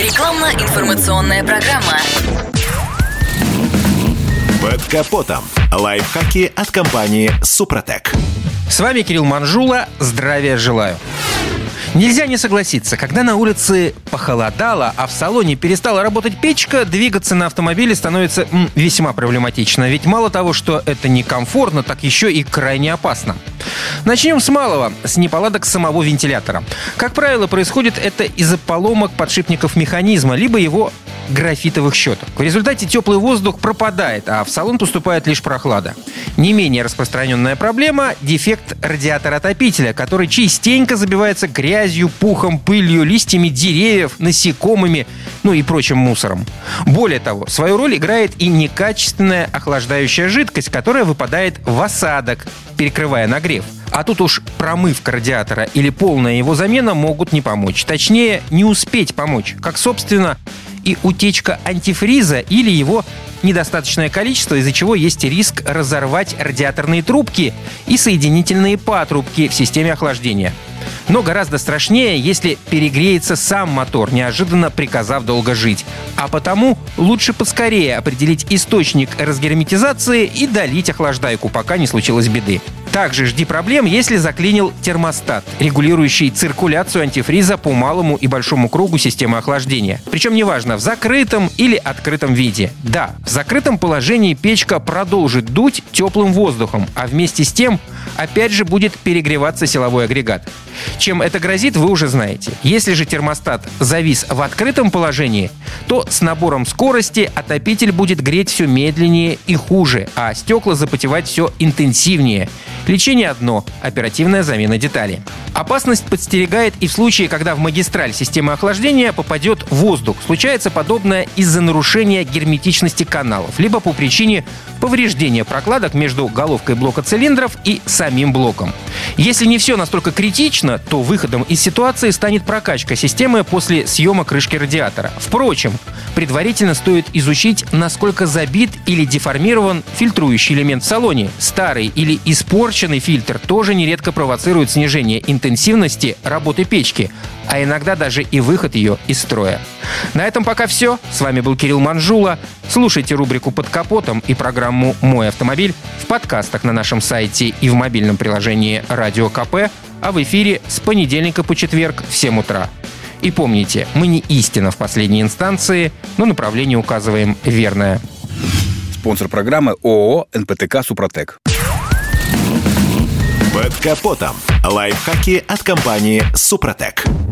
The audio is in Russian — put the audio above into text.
Рекламно-информационная программа. Под капотом. Лайфхаки от компании «Супротек». С вами Кирилл Манжула. Здравия желаю. Нельзя не согласиться, когда на улице похолодало, а в салоне перестала работать печка, двигаться на автомобиле становится весьма проблематично. Ведь мало того, что это некомфортно, так еще и крайне опасно. Начнем с малого, с неполадок самого вентилятора. Как правило, происходит это из-за поломок подшипников механизма, либо его графитовых щеток. В результате теплый воздух пропадает, а в салон поступает лишь прохлада. Не менее распространенная проблема – дефект радиатора отопителя, который частенько забивается грязью, пухом, пылью, листьями деревьев, насекомыми, и прочим мусором. Более того, свою роль играет и некачественная охлаждающая жидкость, которая выпадает в осадок, перекрывая нагрев. А тут уж промывка радиатора или полная его замена могут не помочь. Точнее, не успеть помочь. Как, собственно, и утечка антифриза или его недостаточное количество, из-за чего есть риск разорвать радиаторные трубки и соединительные патрубки в системе охлаждения. Но гораздо страшнее, если перегреется сам мотор, неожиданно приказав долго жить. А потому лучше поскорее определить источник разгерметизации и долить охлаждайку, пока не случилось беды. Также жди проблем, если заклинил термостат, регулирующий циркуляцию антифриза по малому и большому кругу системы охлаждения. Причем неважно, в закрытом или открытом виде. Да, в закрытом положении печка продолжит дуть теплым воздухом, а вместе с тем опять же будет перегреваться силовой агрегат. Чем это грозит, вы уже знаете. Если же термостат завис в открытом положении, то с набором скорости отопитель будет греть все медленнее и хуже, а стекла запотевать все интенсивнее. Лечение одно – оперативная замена деталей. Опасность подстерегает и в случае, когда в магистраль системы охлаждения попадет воздух. Случается подобное из-за нарушения герметичности каналов, либо по причине повреждения прокладок между головкой блока цилиндров и самим блоком. Если не все настолько критично, то выходом из ситуации станет прокачка системы после съема крышки радиатора. Впрочем, предварительно стоит изучить, насколько забит или деформирован фильтрующий элемент в салоне. Старый или испорченный фильтр тоже нередко провоцирует снижение интенсивности работы печки, а иногда даже и выход ее из строя. На этом пока все. С вами был Кирилл Манжула. Слушайте рубрику «Под капотом» и программу «Мой автомобиль» в подкастах на нашем сайте и в мобильном приложении «Радио КП», а в эфире с понедельника по четверг в 7 утра. И помните, мы не истина в последней инстанции, но направление указываем верное. Спонсор программы ООО «НПТК Супротек». Под капотом. Лайфхаки от компании «Супротек».